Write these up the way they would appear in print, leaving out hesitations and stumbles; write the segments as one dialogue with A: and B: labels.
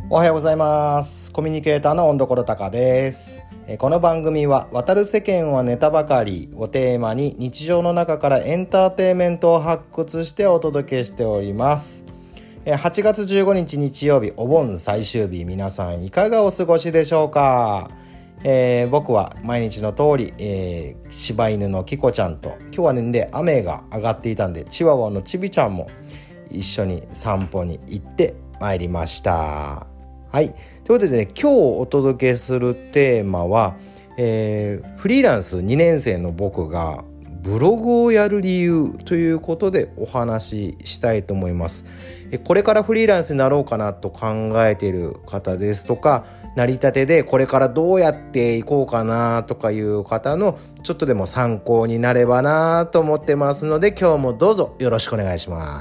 A: おはようございます。コミュニケーターの温所高です。この番組は渡る世間はネタばかりをテーマに日常の中からエンターテインメントを発掘してお届けしております。8月15日日曜日、お盆最終日、皆さんいかがお過ごしでしょうか。僕は毎日の通り、柴犬のキコちゃんと、今日はね雨が上がっていたんでチワワのちびちゃんも一緒に散歩に行ってまいりました。はい、ということでね、今日お届けするテーマは、フリーランス2年生の僕がブログをやる理由ということでお話ししたいと思います。これからフリーランスになろうかなと考えている方ですとか、成り立てでこれからどうやっていこうかなとかいう方のちょっとでも参考になればなと思ってますので、今日もどうぞよろしくお願いします。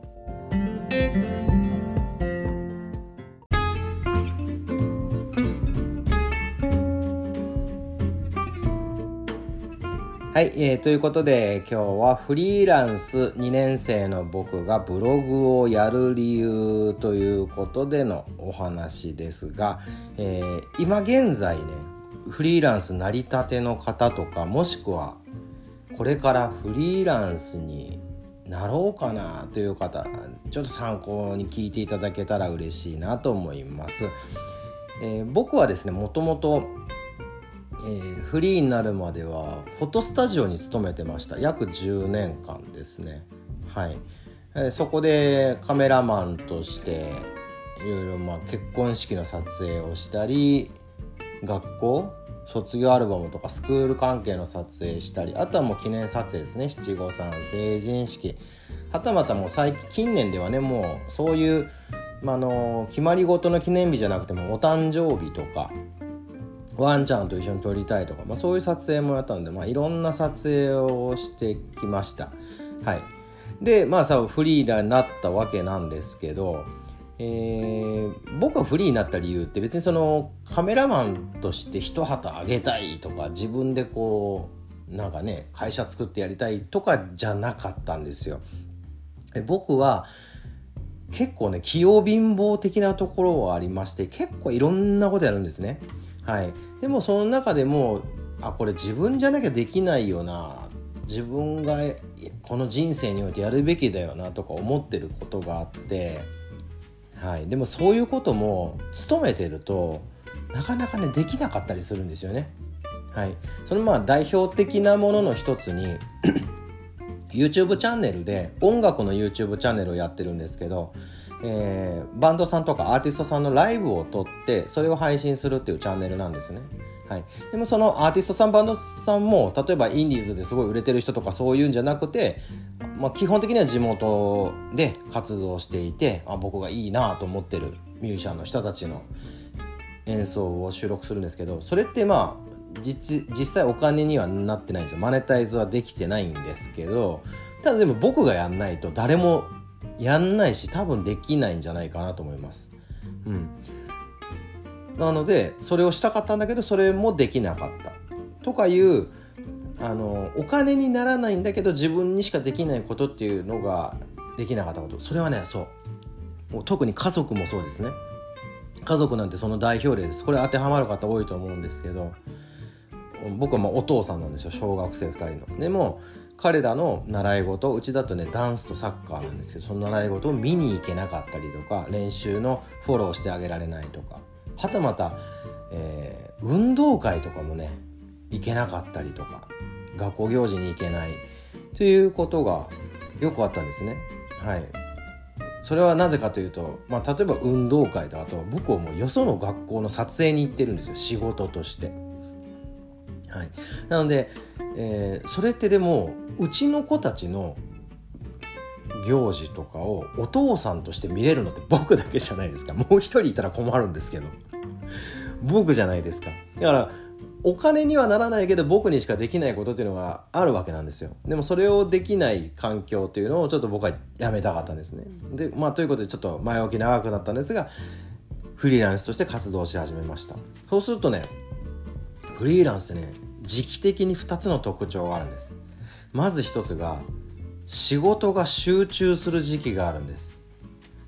A: はい、ということで今日はフリーランス2年生の僕がブログをやる理由ということでのお話ですが、今現在ね、フリーランス成り立ての方とか、もしくはこれからフリーランスになろうかなという方、ちょっと参考に聞いていただけたら嬉しいなと思います。僕はですね、もともとフリーになるまではフォトスタジオに勤めてました。約10年間ですね。はい。そこでカメラマンとしていろいろ結婚式の撮影をしたり、学校卒業アルバムとかスクール関係の撮影したり、あとはもう記念撮影ですね。七五三、成人式、はたまたもう近年ではね、もうそういう、決まり事の記念日じゃなくてもお誕生日とかワンちゃんと一緒に撮りたいとか、そういう撮影もやったので、いろんな撮影をしてきました。はい。で、フリーになったわけなんですけど、僕がフリーになった理由って別にそのカメラマンとして一旗あげたいとか、自分で会社作ってやりたいとかじゃなかったんですよ。僕は結構ね、器用貧乏的なところはありまして、結構いろんなことやるんですね。はい。でもその中でもこれ自分じゃなきゃできないよな、自分がこの人生においてやるべきだよなとか思ってることがあって、はい。でもそういうことも勤めてるとなかなかねできなかったりするんですよね。はい。その代表的なものの一つにYouTube チャンネルで音楽の YouTube チャンネルをやってるんですけど、バンドさんとかアーティストさんのライブを撮ってそれを配信するっていうチャンネルなんですね。はい。でもそのアーティストさん、バンドさんも例えばインディーズですごい売れてる人とかそういうんじゃなくて、基本的には地元で活動していて、僕がいいなと思ってるミュージシャンの人たちの演奏を収録するんですけど、それって実際お金にはなってないんですよ。マネタイズはできてないんですけど、ただでも僕がやんないと誰もやんないし、多分できないんじゃないかなと思います。なのでそれをしたかったんだけど、それもできなかったとかいう、お金にならないんだけど自分にしかできないことっていうのができなかったこと、それはね、もう特に家族もそうですね。家族なんてその代表例です。これ当てはまる方多いと思うんですけど、僕はお父さんなんですよ。小学生2人の。でも彼らの習い事、うちだとねダンスとサッカーなんですけど、その習い事を見に行けなかったりとか、練習のフォローしてあげられないとか、はたまた、運動会とかもね行けなかったりとか、学校行事に行けないということがよくあったんですね。はい。それはなぜかというと、例えば運動会と、あと僕はもうよその学校の撮影に行ってるんですよ、仕事として。はい。なので、それってでもうちの子たちの行事とかをお父さんとして見れるのって僕だけじゃないですか。もう一人いたら困るんですけど、僕じゃないですか。だからお金にはならないけど僕にしかできないことっていうのがあるわけなんですよ。でもそれをできない環境っていうのをちょっと僕はやめたかったんですね。で、ということでちょっと前置き長くなったんですが、フリーランスとして活動し始めました。そうするとね、フリーランスね、時期的に2つの特徴があるんです。まず1つが仕事が集中する時期があるんです。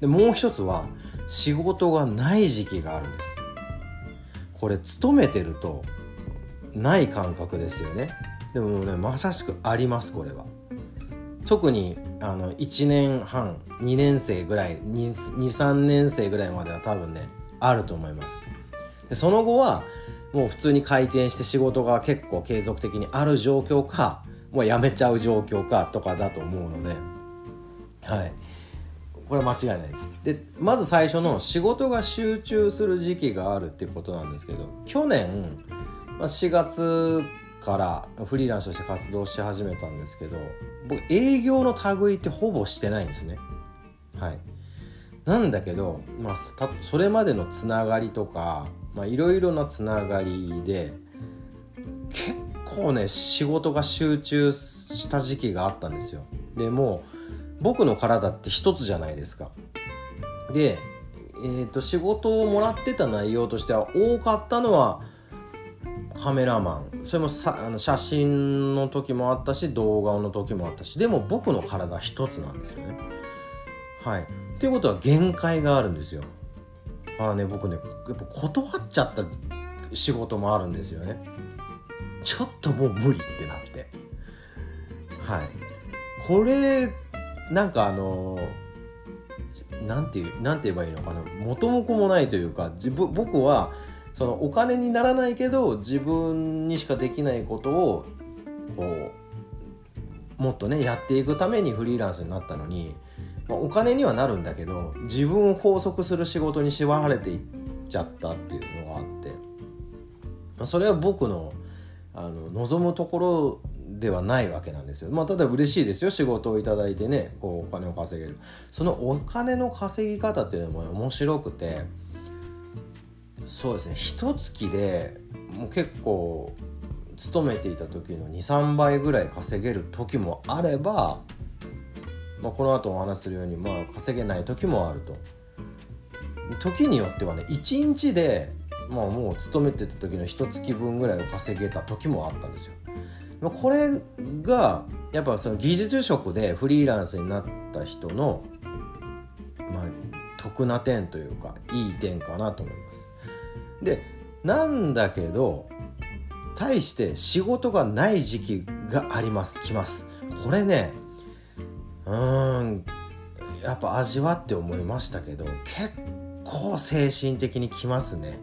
A: でもう一つは仕事がない時期があるんです。これ勤めてるとない感覚ですよね。でもね、まさしくあります。これは特に1年半2年生ぐらい 2,3 年生ぐらいまでは多分ねあると思います。でその後はもう普通に回転して仕事が結構継続的にある状況か、もう辞めちゃう状況かとかだと思うので、はい、これは間違いないです。でまず最初の仕事が集中する時期があるっていうことなんですけど、去年4月からフリーランスとして活動し始めたんですけど、僕営業の類ってほぼしてないんですね。はい。なんだけど、それまでのつながりとかいろいろなつながりで結構ね仕事が集中した時期があったんですよ。でも僕の体って一つじゃないですか。で、仕事をもらってた内容としては多かったのはカメラマン、それも写真の時もあったし動画の時もあったし、でも僕の体一つなんですよね。はい。っていうことは限界があるんですよ。僕ねやっぱ断っちゃった仕事もあるんですよね。ちょっともう無理ってなって、はい。これなんかなんて言えばいいのかな、元も子もないというか、僕はそのお金にならないけど自分にしかできないことをこうもっとねやっていくためにフリーランスになったのに、お金にはなるんだけど自分を拘束する仕事に縛られていっちゃったっていうのがあって、それは僕の望むところではないわけなんですよ。ただ嬉しいですよ、仕事をいただいてね、こうお金を稼げる。そのお金の稼ぎ方っていうのも、面白くて、そうですね、一月でもう結構勤めていた時の 2,3 倍ぐらい稼げる時もあれば、この後お話しするように稼げない時もあると。時によってはね1日でもう勤めてた時の一月分ぐらいを稼げた時もあったんですよ。これがやっぱその技術職でフリーランスになった人の得な点というかいい点かなと思います。でなんだけど対して仕事がない時期があります。来ます。これねやっぱ味わって思いましたけど、結構精神的にきますね。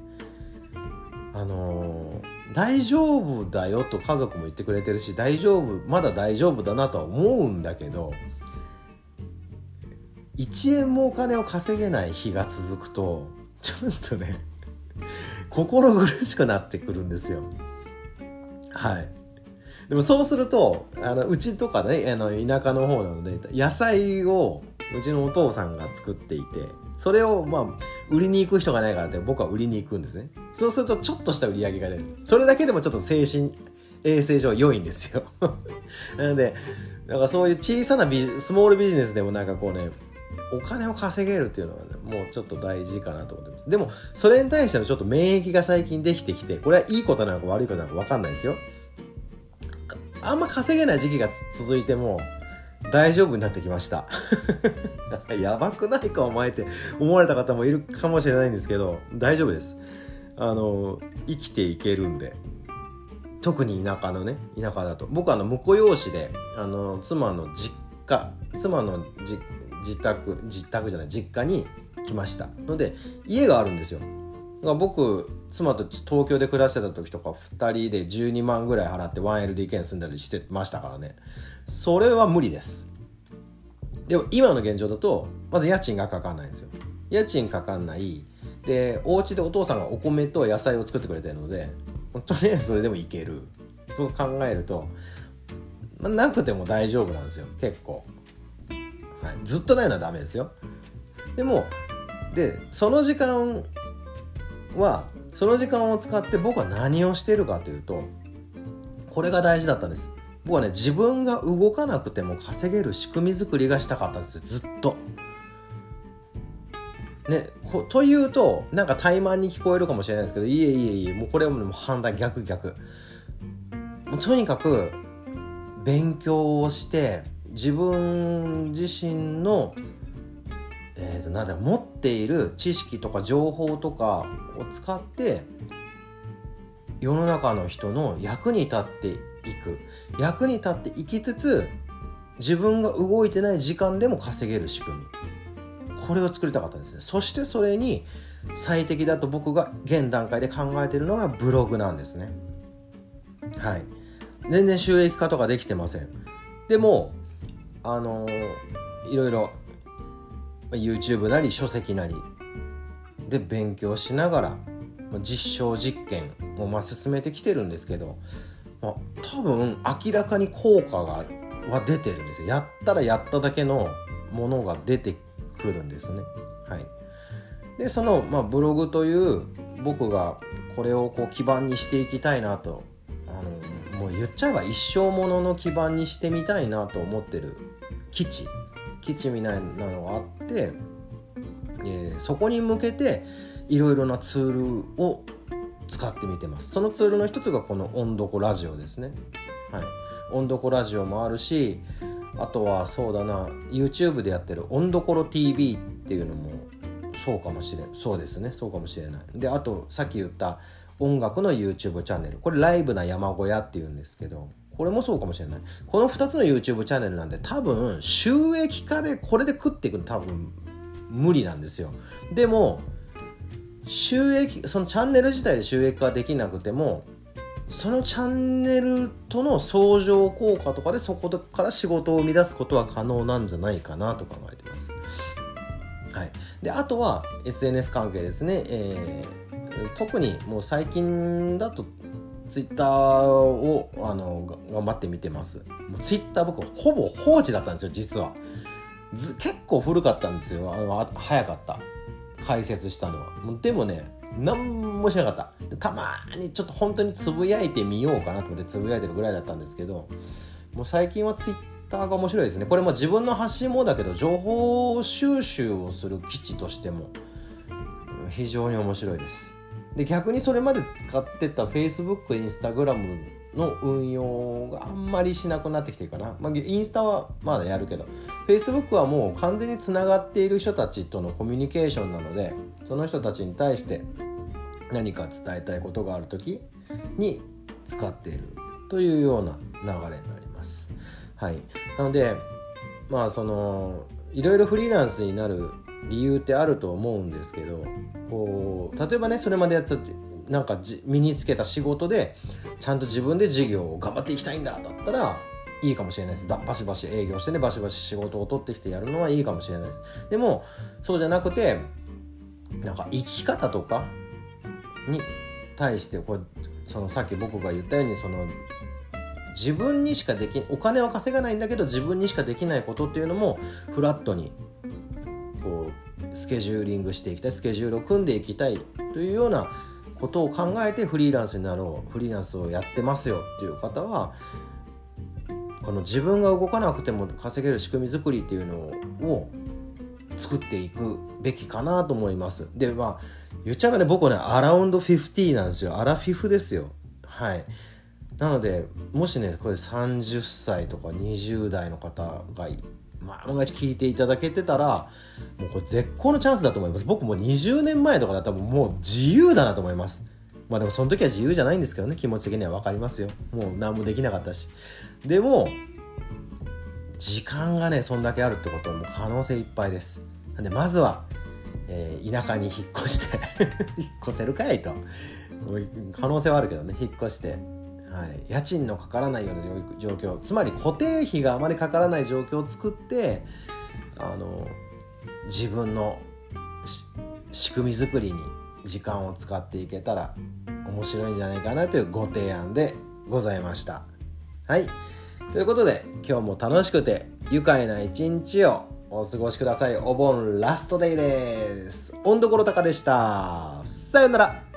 A: 大丈夫だよと家族も言ってくれてるし、まだ大丈夫だなとは思うんだけど、1円もお金を稼げない日が続くとちょっとね心苦しくなってくるんですよ。はい。でもそうするとうちとかね田舎の方なので野菜をうちのお父さんが作っていて、それを売りに行く人がないからって僕は売りに行くんですね。そうするとちょっとした売り上げが出る。それだけでもちょっと精神衛生上良いんですよなのでそういう小さなスモールビジネスでもお金を稼げるっていうのはねもうちょっと大事かなと思ってます。でもそれに対してのちょっと免疫が最近できてきて、これはいいことなのか悪いことなのか分かんないですよ。あんま稼げない時期が続いても大丈夫になってきましたやばくないかお前って思われた方もいるかもしれないんですけど、大丈夫です。生きていけるんで。特に田舎だと、僕は婿養子で妻の実家に来ましたので、家があるんですよ。僕妻と東京で暮らしてた時とか2人で12万ぐらい払って 1LDK に住んだりしてましたからね。それは無理です。でも今の現状だとまず家賃がかかんないんですよ。家賃かかんないで、お家でお父さんがお米と野菜を作ってくれてるので、とりあえずそれでもいけると考えると、なくても大丈夫なんですよ結構。はい、ずっとないのはダメですよ。でその時間を使って僕は何をしてるかというと、これが大事だったんです。僕はね自分が動かなくても稼げる仕組み作りがしたかったんですよ、ずっとね。というと怠慢に聞こえるかもしれないですけど、いえもうこれはもう反対、逆もうとにかく勉強をして自分自身の持っている知識とか情報とかを使って世の中の人の役に立っていく、役に立っていきつつ自分が動いてない時間でも稼げる仕組み、これを作りたかったんですね。そしてそれに最適だと僕が現段階で考えているのがブログなんですね。はい、全然収益化とかできてません。でもいろいろ YouTube なり書籍なりで勉強しながら実証実験を進めてきてるんですけど、多分明らかに効果は出てるんですよ。やったらやっただけのものが出てくるんですね。はい、でその、ブログという僕がこれを基盤にしていきたいなと、もう言っちゃえば一生ものの基盤にしてみたいなと思ってる基地みたいなのがあって、そこに向けていろいろなツールを使ってみてます。そのツールの一つがこの音読ラジオですね。はい、音読ラジオもあるし、あとはそうだな YouTube でやってる音どころ TV っていうのもそうかもしれん、そうですね、そうかもしれない。であとさっき言った音楽の YouTube チャンネル、これライブな山小屋っていうんですけど、これもそうかもしれない。この2つの YouTube チャンネルなんで多分収益化でこれで食っていくの多分無理なんですよ。でも収益、そのチャンネル自体で収益化できなくてもそのチャンネルとの相乗効果とかでそこから仕事を生み出すことは可能なんじゃないかなと考えてます。はい、であとは SNS 関係ですね。特にもう最近だとツイッターを頑張って見てます。もうツイッター僕ほぼ放置だったんですよ。実は結構古かったんですよ。早かった解説したのは。でもね何もしなかった。たまにちょっと本当につぶやいてみようかなと思ってつぶやいてるぐらいだったんですけど、もう最近はツイッターが面白いですね。これも自分の発信もだけど情報収集をする基地としても非常に面白いです。で逆にそれまで使ってた Facebook、Instagram の運用があんまりしなくなってきてるかな。インスタはまだやるけど Facebook はもう完全につながっている人たちとのコミュニケーションなので、その人たちに対して何か伝えたいことがあるときに使っているというような流れになります。はい、なのでいろいろフリーランスになる理由ってあると思うんですけど、例えばねそれまでやってたなんか身につけた仕事でちゃんと自分で事業を頑張っていきたいんだだったらいいかもしれないです。バシバシ営業してね、バシバシ仕事を取ってきてやるのはいいかもしれないです。でもそうじゃなくてなんか生き方とかに対してさっき僕が言ったように自分にしかできお金は稼がないんだけど自分にしかできないことっていうのもフラットにスケジューリングしていきたい、スケジュールを組んでいきたいというようなことを考えてフリーランスになろう、フリーランスをやってますよっていう方はこの自分が動かなくても稼げる仕組み作りっていうのを作っていくべきかなと思います。で言っちゃえばね僕ねアラウンド50なんですよ。アラフィフですよ。はい、なのでもしねこれ30歳とか20代の方が万が一聞いていただけてたらもうこれ絶好のチャンスだと思います。僕も20年前とかだったらもう自由だなと思います。でもその時は自由じゃないんですけどね、気持ち的には分かりますよ。もう何もできなかったし。でも時間がねそんだけあるってことはもう可能性いっぱいです。なんでまずは、田舎に引っ越して引っ越せるかいと可能性はあるけどね、引っ越して、家賃のかからないような状況、つまり固定費があまりかからない状況を作って自分の仕組み作りに時間を使っていけたら面白いんじゃないかなというご提案でございました。はい、ということで今日も楽しくて愉快な一日をお過ごしください。お盆ラストデイです。音どころたかでした。さよなら。